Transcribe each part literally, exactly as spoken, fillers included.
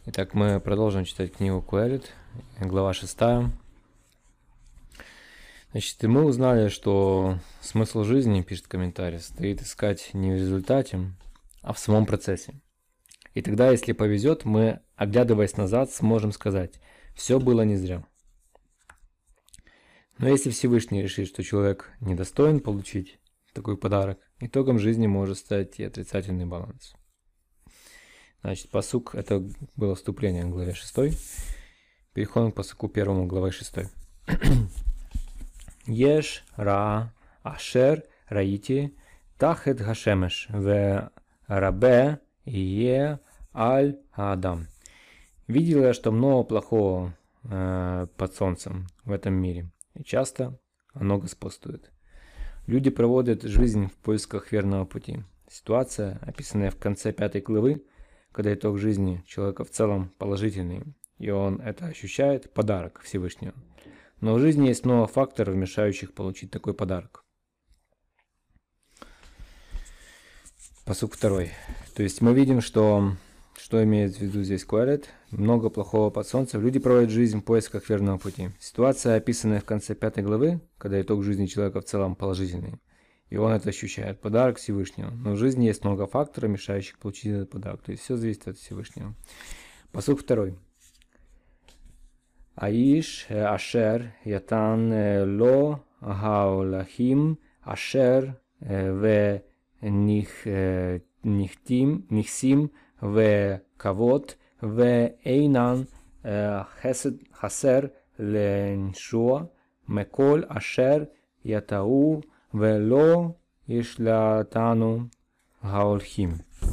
Итак, мы продолжим читать книгу Куэлит, глава шестая. Значит, и мы узнали, что смысл жизни, пишет комментарий, стоит искать не в результате, а в самом процессе. И тогда, если повезет, мы, оглядываясь назад, сможем сказать, все было не зря. Но если Всевышний решит, что человек недостоин получить такой подарок, итогом жизни может стать и отрицательный баланс. Значит, пасук, это было вступление к главе шестой. Переходим к пасуку первому главы шестой. Еш ра ашер раити тахет гашемеш в рабе ие аль адам. Видел я, что много плохого э, под солнцем в этом мире, и часто оно господствует. Люди проводят жизнь в поисках верного пути. Ситуация, описанная в конце пятой главы, когда итог жизни человека в целом положительный, и он это ощущает, подарок Всевышнего. Но в жизни есть много факторов, мешающих получить такой подарок. Пасук второй. То есть мы видим, что, что имеет в виду здесь Куэлит. Много плохого под солнцем. Люди проводят жизнь в поисках верного пути. Ситуация, описанная в конце пятой главы, когда итог жизни человека в целом положительный, и он это ощущает. Подарок Всевышнего. Но в жизни есть много факторов, мешающих получить этот подарок. То есть все зависит от Всевышнего. Пасук второй. Аиш ашер ятан ло гаолахим ашер в нихтим нихсим в кавот в эйнан хасер леншуа мекол ашер ятау ולא ישלטנו ההולכים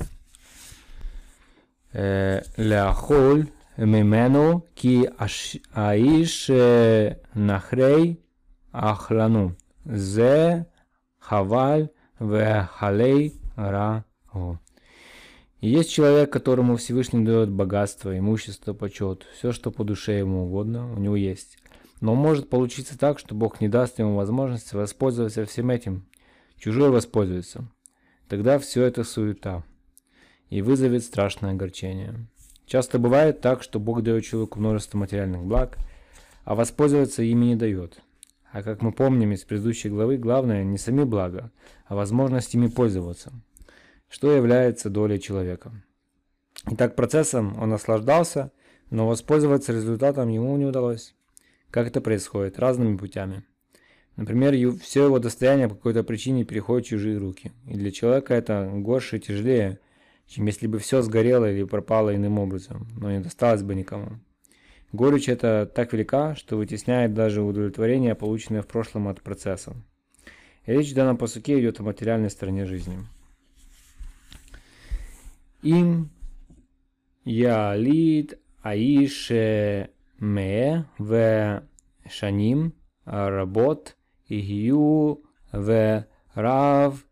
לאכול ממנו כי האיש נחרי אכלנו זה חבל וחלי רע הוא. Есть человек, которому Всевышний дает богатство, имущество, почет, все, что по душе ему угодно, у него есть. Но может получиться так, что Бог не даст ему возможности воспользоваться всем этим. Чужой воспользуется. Тогда все это суета и вызовет страшное огорчение. Часто бывает так, что Бог дает человеку множество материальных благ, а воспользоваться ими не дает. А как мы помним из предыдущей главы, главное не сами блага, а возможность ими пользоваться, что является долей человека. Итак, процессом он наслаждался, но воспользоваться результатом ему не удалось. Как это происходит? Разными путями. Например, все его достояние по какой-то причине переходит в чужие руки. И для человека это горше и тяжелее, чем если бы все сгорело или пропало иным образом, но не досталось бы никому. Горечь эта так велика, что вытесняет даже удовлетворение, полученное в прошлом от процесса. И речь в данном пасуке идет о материальной стороне жизни. Им ялид аиш ме в шаним работ игию в рав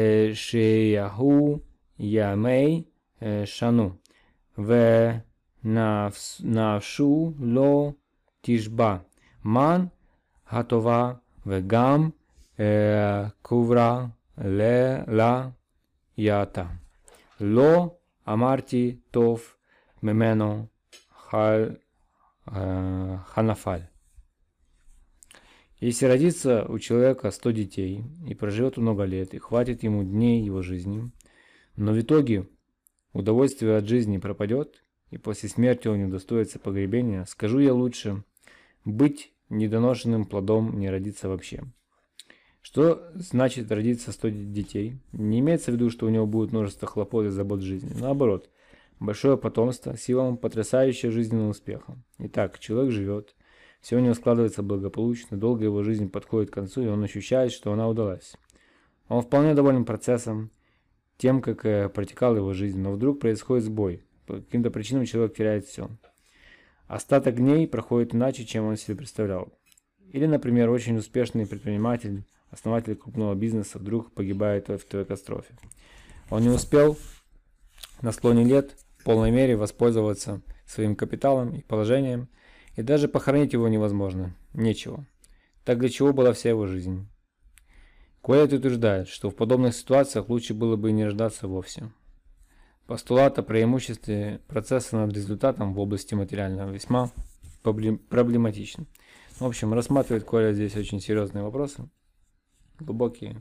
шеяху ямей шану в навшу ло тишба ман гатова вегам кувра ле ла ята ло амарти тов мемено халь ханафаль. Если родится у человека сто детей и проживет много лет, и хватит ему дней его жизни, но в итоге удовольствие от жизни пропадет, и после смерти он не удостоится погребения, скажу я лучше, быть недоношенным плодом не родиться вообще. Что значит родиться сто детей? Не имеется в виду, что у него будет множество хлопот и забот жизни. Наоборот, большое потомство, силам потрясающее жизненным успехом. Итак, человек живет, все у него складывается благополучно, долго его жизнь подходит к концу, и он ощущает, что она удалась. Он вполне доволен процессом, тем, как э, протекала его жизнь, но вдруг происходит сбой. По каким-то причинам человек теряет все. Остаток дней проходит иначе, чем он себе представлял. Или, например, очень успешный предприниматель, основатель крупного бизнеса, вдруг погибает в автокатастрофе. Он не успел на склоне лет в полной мере воспользоваться своим капиталом и положением, и даже похоронить его невозможно, нечего. Так для чего была вся его жизнь? Куэлит утверждает, что в подобных ситуациях лучше было бы не рождаться вовсе. Постулат о преимуществе процесса над результатом в области материального весьма проблематичен. В общем, рассматривает Коля здесь очень серьезные вопросы, глубокие,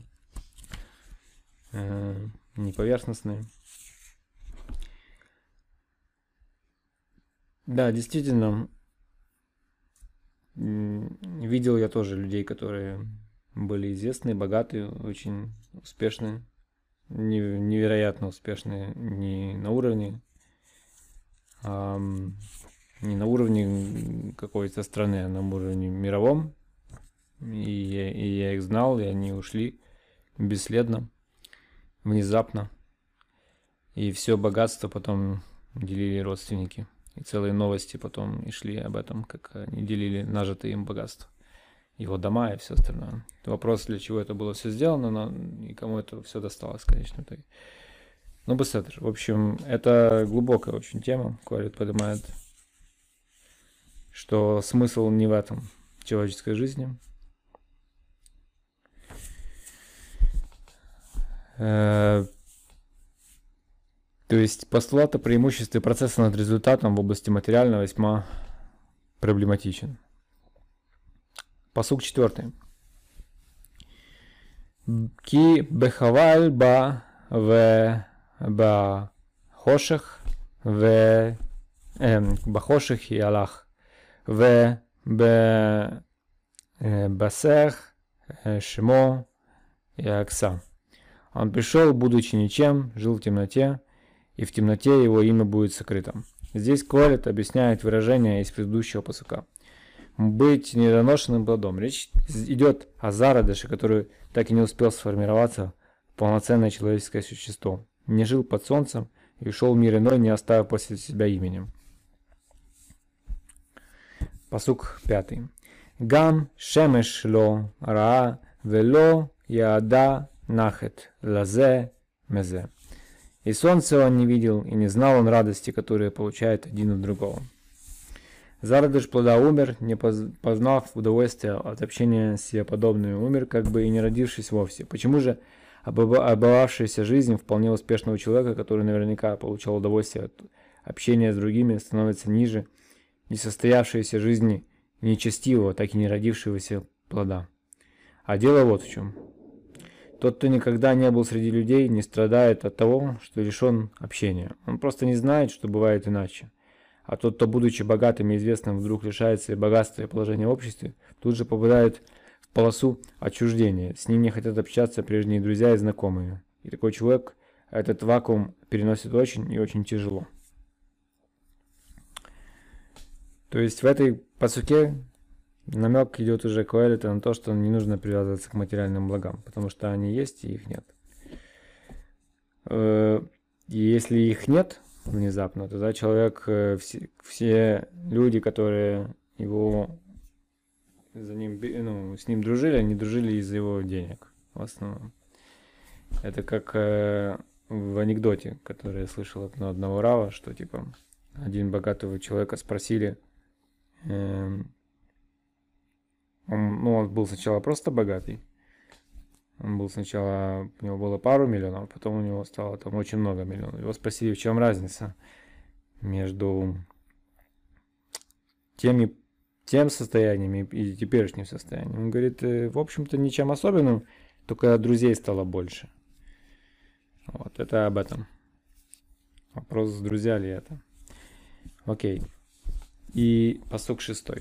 э, не поверхностные. Да, действительно, видел я тоже людей, которые были известные, богатые, очень успешные, невероятно успешные, не на уровне, а, не на уровне какой-то страны, а на уровне мировом. И я, и я их знал, и они ушли бесследно, внезапно. И все богатство потом делили родственники. И целые новости потом и шли об этом, как они делили нажитое им богатство. Его дома и все остальное. Вопрос, для чего это было все сделано, но и кому это все досталось, конечно. Ну, беседер. В общем, это глубокая очень тема. Квалит поднимает, что смысл не в этом человеческой жизни. То есть постулат о преимуществе процесса над результатом в области материального весьма проблематичен. Пасук четвертый. Ки бехаваль ба в ба хошех в бахошех и аллах в б басех шимо и акса. Он пришел, будучи ничем, жил в темноте, и в темноте его имя будет сокрыто. Здесь Коэлет объясняет выражение из предыдущего пасука. Быть недоношенным плодом. Речь идет о зародыше, который так и не успел сформироваться в полноценное человеческое существо. Не жил под солнцем и ушел в мир иной, не оставив после себя именем. Пасук пятый. Гам шемеш ло раа вело яада нахет лазе мезе. И солнце он не видел, и не знал он радости, которые получает один от другого. Зародыш плода умер, не познав удовольствия от общения с себе подобными, умер, как бы и не родившись вовсе. Почему же обывавшаяся жизнь вполне успешного человека, который наверняка получал удовольствие от общения с другими, становится ниже несостоявшейся жизни нечестивого, так и не родившегося плода? А дело вот в чем. Тот, кто никогда не был среди людей, не страдает от того, что лишен общения. Он просто не знает, что бывает иначе. А тот, кто, будучи богатым и известным, вдруг лишается и богатства, и положения в обществе, тут же попадает в полосу отчуждения. С ним не хотят общаться прежние друзья и знакомые. И такой человек этот вакуум переносит очень и очень тяжело. То есть в этой пасуке намек идет уже Коэлета на то, что не нужно привязываться к материальным благам, потому что они есть и их нет. И если их нет внезапно, тогда человек, все, все люди, которые его за ним, ну, с ним дружили, они дружили из-за его денег в основном. Это как э, в анекдоте, который я слышал от одного рава, что типа один богатого человека спросили, э, он, ну, он был сначала просто богатый. Он был сначала, у него было пару миллионов, потом у него стало там очень много миллионов. Его спросили, в чем разница между теми, тем состоянием и теперешним состоянием. Он говорит, в общем-то, ничем особенным, только друзей стало больше. Вот, это об этом. Вопрос, друзья ли это. Окей. И пасук шестой.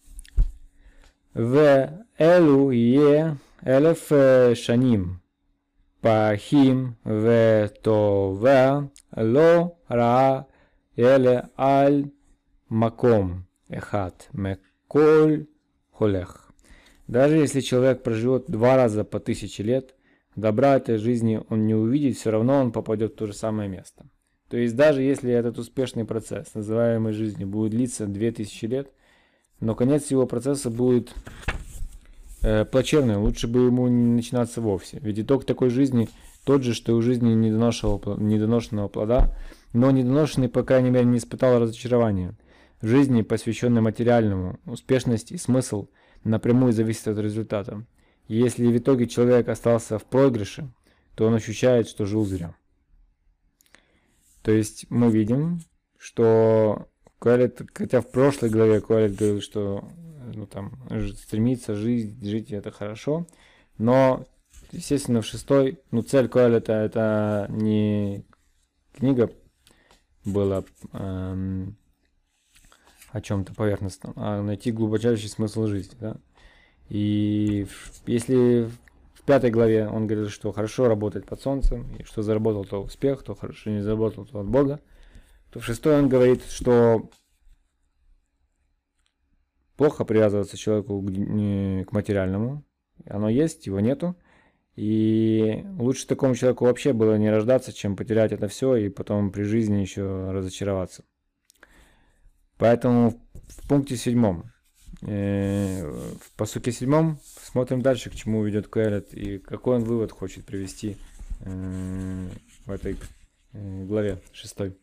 В элу е אלף שנים פחים וטובה לא ראה אלא על מקום אחד מכל הולך. Даже если человек проживет два раза по тысяче лет, добра этой жизни он не увидит, все равно он попадет в то же самое место. То есть даже если этот успешный процесс, называемый жизнью, будет длиться две тысячи лет, но конец его процесса будет плачевный, лучше бы ему не начинаться вовсе. Ведь итог такой жизни тот же, что и у жизни недоношенного плода, но недоношенный, по крайней мере, не испытал разочарования. В жизни, посвященной материальному, успешность и смысл напрямую зависят от результата. И если в итоге человек остался в проигрыше, то он ощущает, что жил зря. То есть мы видим, что Коэлет, хотя в прошлой главе Коэлет говорил, что ну, там, стремиться жить, жить это хорошо, но, естественно, в шестой, ну, цель Коэлета это не книга была эм, о чем-то поверхностном, а найти глубочайший смысл жизни, да? И если в пятой главе он говорил, что хорошо работать под солнцем, и что заработал, то успех, то хорошо не заработал, то от Бога, то в шестой он говорит, что плохо привязываться человеку к, к материальному, оно есть, его нету, и лучше такому человеку вообще было не рождаться, чем потерять это все и потом при жизни еще разочароваться. Поэтому в пункте седьмом, в пасуке седьмом смотрим дальше, к чему ведет Коэлет и какой он вывод хочет привести в этой главе шестой.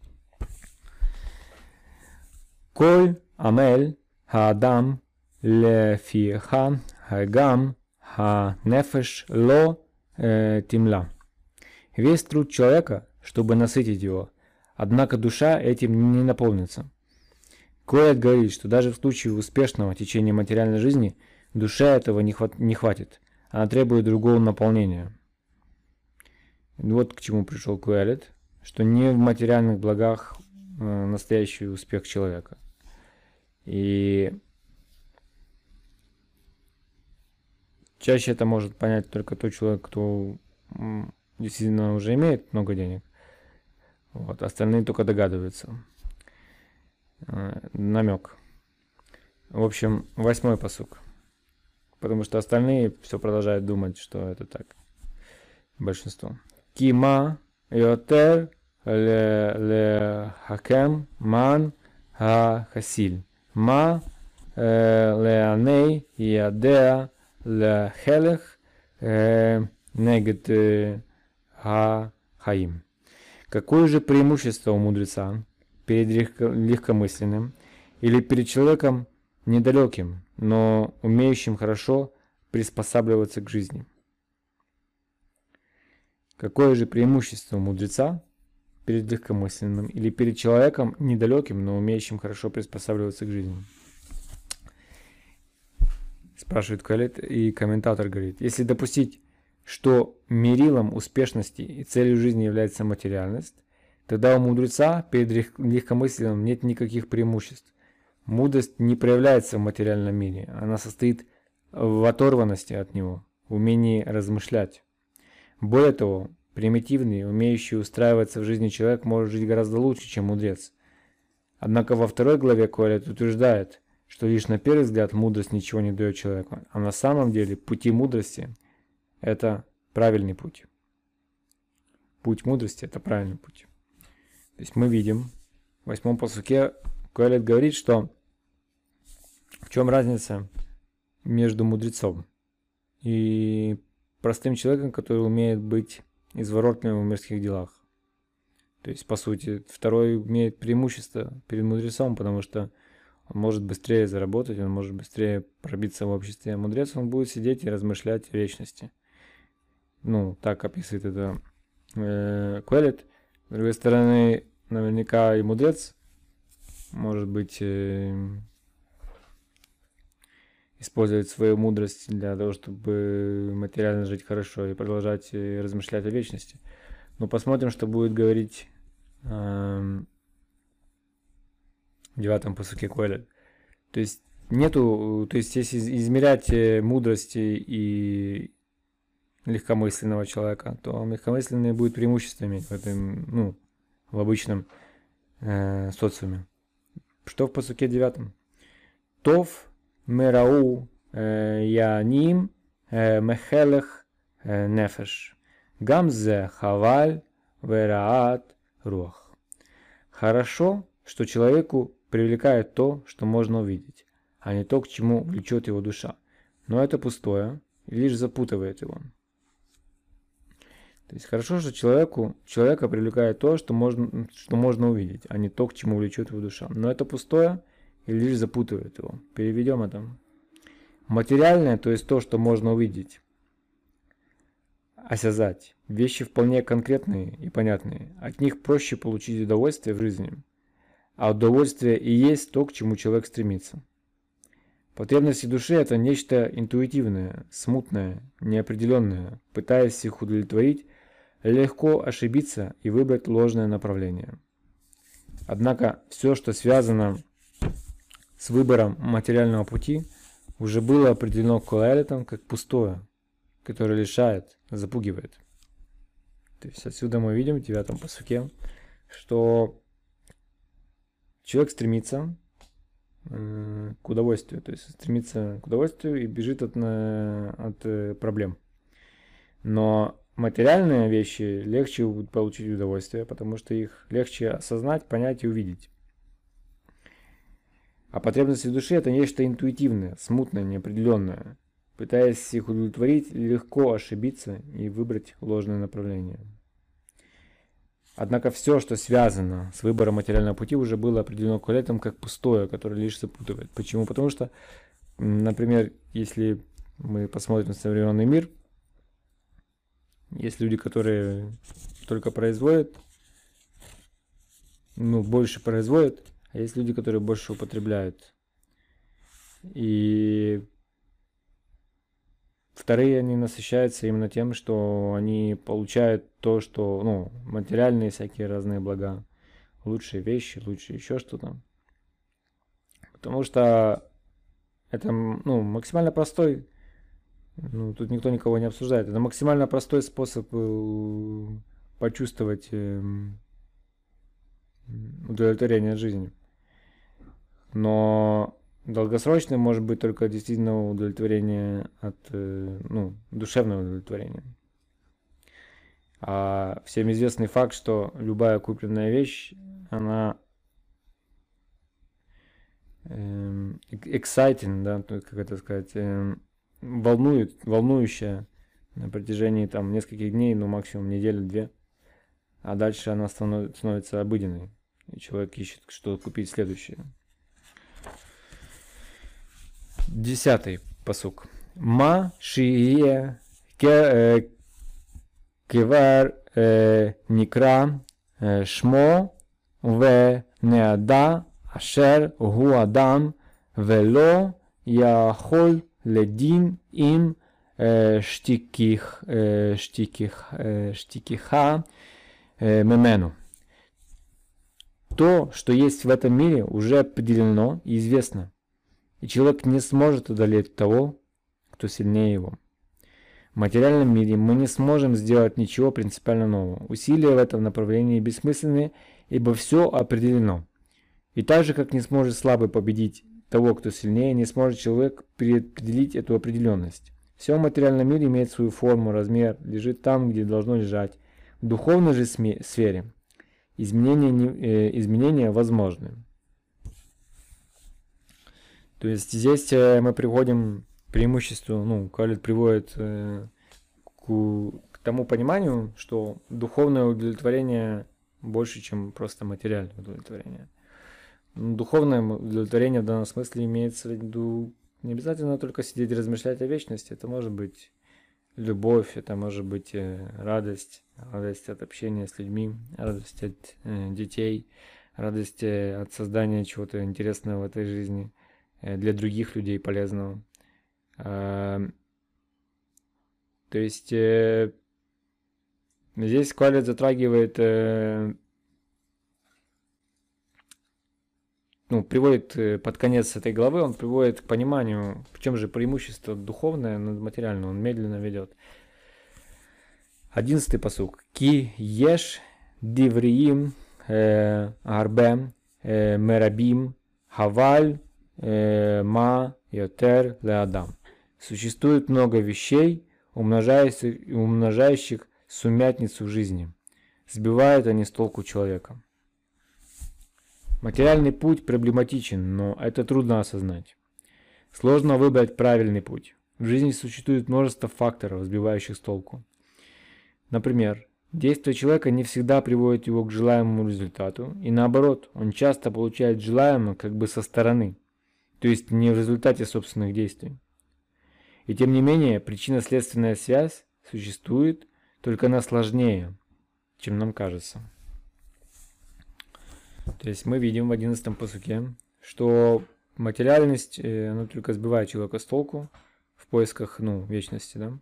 Коль амель хаадам лефиха хагам ха-нефеш ло тимла. Весь труд человека, чтобы насытить его, однако душа этим не наполнится. Коэлет говорит, что даже в случае успешного течения материальной жизни душе этого не, хват- не хватит, она требует другого наполнения. Вот к чему пришел Коэлет, что не в материальных благах э, настоящий успех человека. И чаще это может понять только тот человек, кто действительно уже имеет много денег. Вот, остальные только догадываются. Намек. В общем, восьмой пасук. Потому что остальные все продолжают думать, что это так. Большинство. Кима йотер ле хакем ман ха хасиль. Ма леаней ядеа ле хелех негет ха хаим. Какое же преимущество у мудреца перед легкомысленным или перед человеком недалеким, но умеющим хорошо приспосабливаться к жизни? Какое же преимущество у мудреца перед легкомысленным или перед человеком недалеким, но умеющим хорошо приспосабливаться к жизни? Спрашивает Коэлет, и комментатор говорит, если допустить, что мерилом успешности и целью жизни является материальность, тогда у мудреца перед легкомысленным нет никаких преимуществ. Мудрость не проявляется в материальном мире, она состоит в оторванности от него, в умении размышлять. Более того, примитивный, умеющий устраиваться в жизни человек может жить гораздо лучше, чем мудрец. Однако во второй главе Коэлет утверждает, что лишь на первый взгляд мудрость ничего не дает человеку, а на самом деле пути мудрости – это правильный путь. Путь мудрости – это правильный путь. То есть мы видим, в восьмом пасуке Коэлет говорит, что в чем разница между мудрецом и простым человеком, который умеет быть изворотливым в мирских делах. То есть, по сути, второй имеет преимущество перед мудрецом, потому что он может быстрее заработать, он может быстрее пробиться в обществе. А мудрец, он будет сидеть и размышлять о вечности. Ну, так описывает это э, Коэлет. С другой стороны, наверняка и мудрец, может быть, э, использовать свою мудрость для того, чтобы материально жить хорошо и продолжать э, размышлять о вечности. Но посмотрим, что будет говорить э, в девятом пасуке Коэлет. То есть нету, то есть если измерять мудрости и легкомысленного человека, то легкомысленный будет преимущество иметь в этом, ну, в обычном э, социуме. Что в пасуке девятом? Тов мерау яним мехелех нефеш. Гамзе хаваль вераат руах. Хорошо, что человеку привлекает то, что можно увидеть, а не то, к чему влечет его душа. Но это пустое и лишь запутывает его. То есть хорошо, что человеку, человека привлекает то, что можно, что можно увидеть, а не то, к чему влечет его душа. Но это пустое и лишь запутывает его. Переведем это. Материальное, то есть то, что можно увидеть, осязать, вещи вполне конкретные и понятные. От них проще получить удовольствие в жизни. А удовольствие и есть то, к чему человек стремится. Потребности души – это нечто интуитивное, смутное, неопределенное. Пытаясь их удовлетворить, легко ошибиться и выбрать ложное направление. Однако все, что связано с выбором материального пути, уже было определено Коэлетом как пустое, которое лишает, запугивает. То есть отсюда мы видим в девятом пасуке, что человек стремится э, к удовольствию, то есть стремится к удовольствию и бежит от, на, от э, проблем. Но материальные вещи легче получить удовольствие, потому что их легче осознать, понять и увидеть. А потребности души – это нечто интуитивное, смутное, неопределенное. Пытаясь их удовлетворить, легко ошибиться и выбрать ложное направление. Однако все, что связано с выбором материального пути, уже было определено Коэлетом как пустое, которое лишь запутывает. Почему? Потому что, например, если мы посмотрим на современный мир, есть люди, которые только производят, ну, больше производят, а есть люди, которые больше употребляют. И вторые, они насыщаются именно тем, что они получают то, что, ну, материальные всякие разные блага, лучшие вещи, лучшие еще что-то. Потому что это, ну, максимально простой, ну, тут никто никого не обсуждает, это максимально простой способ почувствовать удовлетворение от жизни. Но долгосрочное может быть только действительно удовлетворение от, ну, душевного удовлетворения. А всем известный факт, что любая купленная вещь, она exciting, да, как это сказать, волнует, волнующая на протяжении там нескольких дней, ну максимум недели-две, а дальше она становится обыденной, и человек ищет, что купить следующее. Десятый пасук. Ма шие кевар никра шмо ве неада ашер гу адам вело яхол ледин им штиких штиких штикиха мемену. То, что есть в этом мире, уже определено и известно. И человек не сможет одолеть того, кто сильнее его. В материальном мире мы не сможем сделать ничего принципиально нового. Усилия в этом направлении бессмысленны, ибо все определено. И так же, как не сможет слабый победить того, кто сильнее, не сможет человек предопределить эту определенность. Все в материальном мире имеет свою форму, размер, лежит там, где должно лежать. В духовной же сфере изменения, э, изменения возможны. То есть здесь э, мы приводим к преимуществу, ну, Коэлет приводит э, к, к тому пониманию, что духовное удовлетворение больше, чем просто материальное удовлетворение. Духовное удовлетворение в данном смысле имеется в виду не обязательно только сидеть и размышлять о вечности. Это может быть любовь, это может быть э, радость, радость от общения с людьми, радость от э, детей, радость э, от создания чего-то интересного в этой жизни, для других людей полезного. То есть здесь Коэлет затрагивает, ну, приводит под конец этой главы, он приводит к пониманию, в чем же преимущество духовное над материальным, он медленно ведет. Одиннадцатый пасук. Ки еш дивриим арбем мерабим хаваль ма йотер леадам. Существует много вещей, умножающих, умножающих сумятницу в жизни. Сбивают они с толку человека. Материальный путь проблематичен, но это трудно осознать. Сложно выбрать правильный путь. В жизни существует множество факторов, сбивающих с толку. Например, действия человека не всегда приводят его к желаемому результату, и наоборот, он часто получает желаемое как бы со стороны. То есть не в результате собственных действий. И тем не менее, причинно-следственная связь существует, только она сложнее, чем нам кажется. То есть мы видим в одиннадцатом пасуке, что материальность, она только сбивает человека с толку в поисках, ну, вечности, да?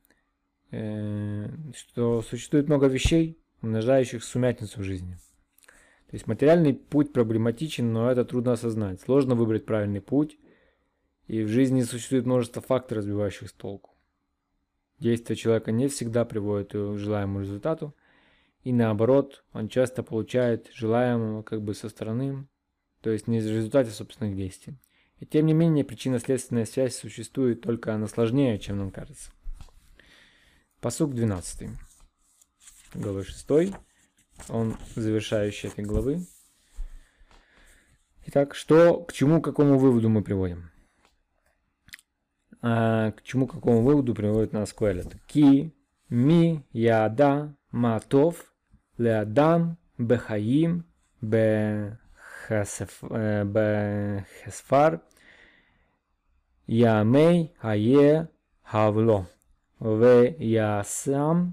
Что существует много вещей, умножающих сумятицу в жизни. То есть материальный путь проблематичен, но это трудно осознать. Сложно выбрать правильный путь, и в жизни существует множество факторов, сбивающих с толку. Действия человека не всегда приводят к желаемому результату, и наоборот, он часто получает желаемого как бы со стороны, то есть не в результате собственных действий. И тем не менее, причинно-следственная связь существует, только она сложнее, чем нам кажется. Пасук двенадцатый, главы шестой, он завершающий этой главы. Итак, что, к чему, к какому выводу мы приводим? А, к чему, к какому выводу приводит нас Коэлет? Ки ми яда матов леадам бехаим бехесфар ямей хае хавло ве ясам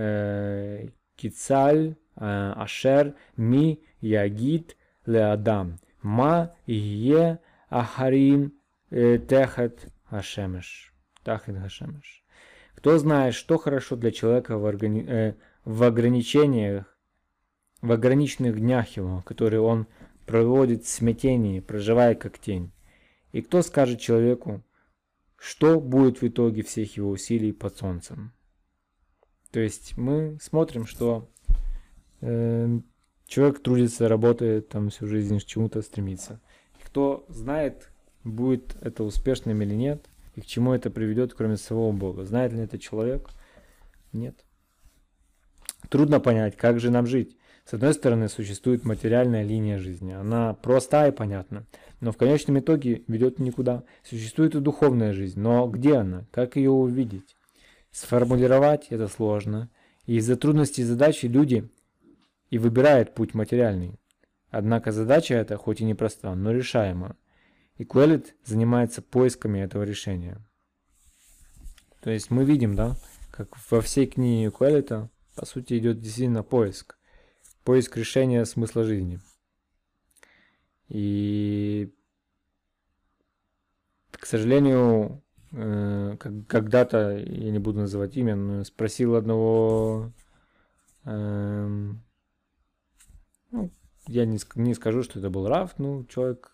кицаль ашер ми ягид леадам ма ие ахарим техет Ашемеш. Тахет Ашемеш. Кто знает, что хорошо для человека в, органи... э, в ограничениях, в ограниченных днях его, которые он проводит в смятении, проживая как тень. И кто скажет человеку, что будет в итоге всех его усилий под солнцем. То есть мы смотрим, что э, человек трудится, работает там всю жизнь, к чему-то стремится. И кто знает, будет это успешным или нет, и к чему это приведет, кроме самого Бога. Знает ли это человек? Нет. Трудно понять, как же нам жить. С одной стороны, существует материальная линия жизни. Она проста и понятна, но в конечном итоге ведет никуда. Существует и духовная жизнь, но где она? Как ее увидеть? Сформулировать это сложно. И из-за трудностей задачи люди и выбирают путь материальный. Однако задача эта, хоть и непроста, но решаема. И Коэлет занимается поисками этого решения. То есть мы видим, да, как во всей книге Коэлета, по сути, идет действительно поиск. Поиск решения смысла жизни. И, к сожалению, э, когда-то, я не буду называть имя, но спросил одного, э, ну, я не, не скажу, что это был Рав, ну, человек,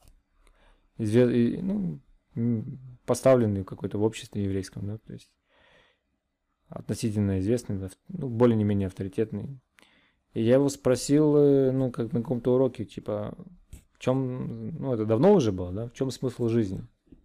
ну, поставленный какой-то в обществе еврейском, да, то есть относительно известный, ну, более не менее авторитетный. И я его спросил, ну, как на каком-то уроке, типа, в чем, ну, это давно уже было, да, в чем смысл жизни?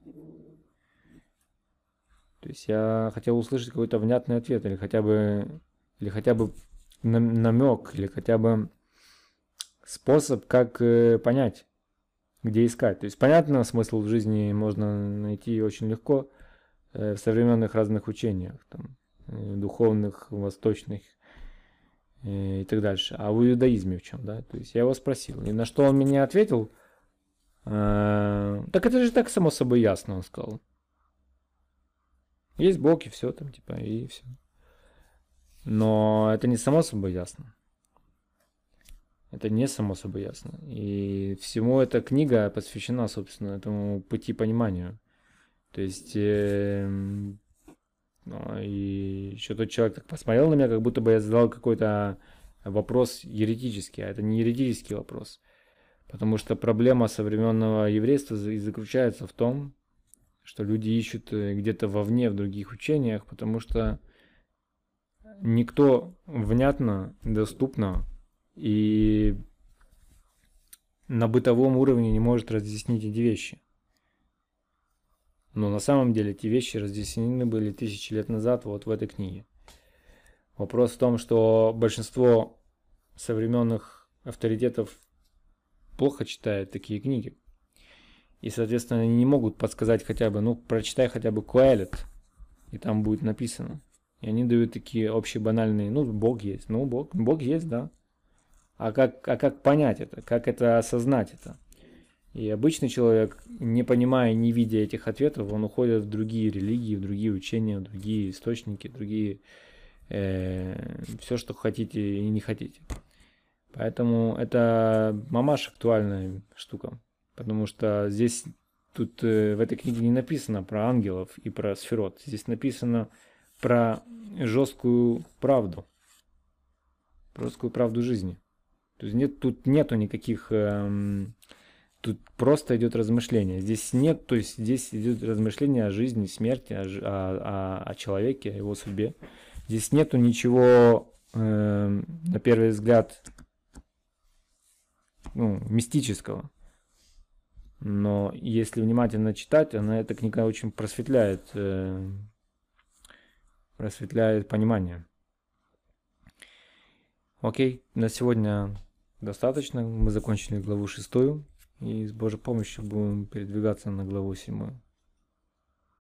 То есть я хотел услышать какой-то внятный ответ, или хотя бы, или хотя бы намек, или хотя бы способ, как понять, где искать. То есть, понятно, смысл в жизни можно найти очень легко в современных разных учениях, там, духовных, восточных и так дальше. А в иудаизме в чем, да? То есть, я его спросил. И на что он мне ответил? Так это же так само собой ясно, он сказал. Есть Бог и все там, типа, и все. Но это не само собой ясно. Это не само собой ясно. И всему эта книга посвящена, собственно, этому пути пониманию. То есть, э, ну, и еще тот человек так посмотрел на меня, как будто бы я задал какой-то вопрос еретический, а это не еретический вопрос. Потому что проблема современного еврейства и заключается в том, что люди ищут где-то вовне, в других учениях, потому что никто внятно, доступно и на бытовом уровне не может разъяснить эти вещи. Но на самом деле эти вещи разъяснены были тысячи лет назад вот в этой книге. Вопрос в том, что большинство современных авторитетов плохо читают такие книги. И, соответственно, они не могут подсказать хотя бы, ну, прочитай хотя бы Коэлет, и там будет написано. И они дают такие общие банальные, ну, Бог есть, ну, Бог, Бог есть, да. А как, а как понять это? Как это осознать это? И обычный человек, не понимая, не видя этих ответов, он уходит в другие религии, в другие учения, в другие источники, в другие э, все, что хотите и не хотите. Поэтому это мамаш актуальная штука. Потому что здесь, тут э, в этой книге не написано про ангелов и про сферот. Здесь написано про жесткую правду. Про жесткую правду жизни. То есть нет, тут нету никаких... Эм, тут просто идет размышление. Здесь нет, то есть здесь идет размышление о жизни, смерти, о, о, о, о человеке, о его судьбе. Здесь нету ничего, э, на первый взгляд, ну, мистического. Но если внимательно читать, она, эта книга очень просветляет, э, просветляет понимание. Окей, на сегодня достаточно. Мы закончили главу шестую. И с Божьей помощью будем передвигаться на главу седьмую.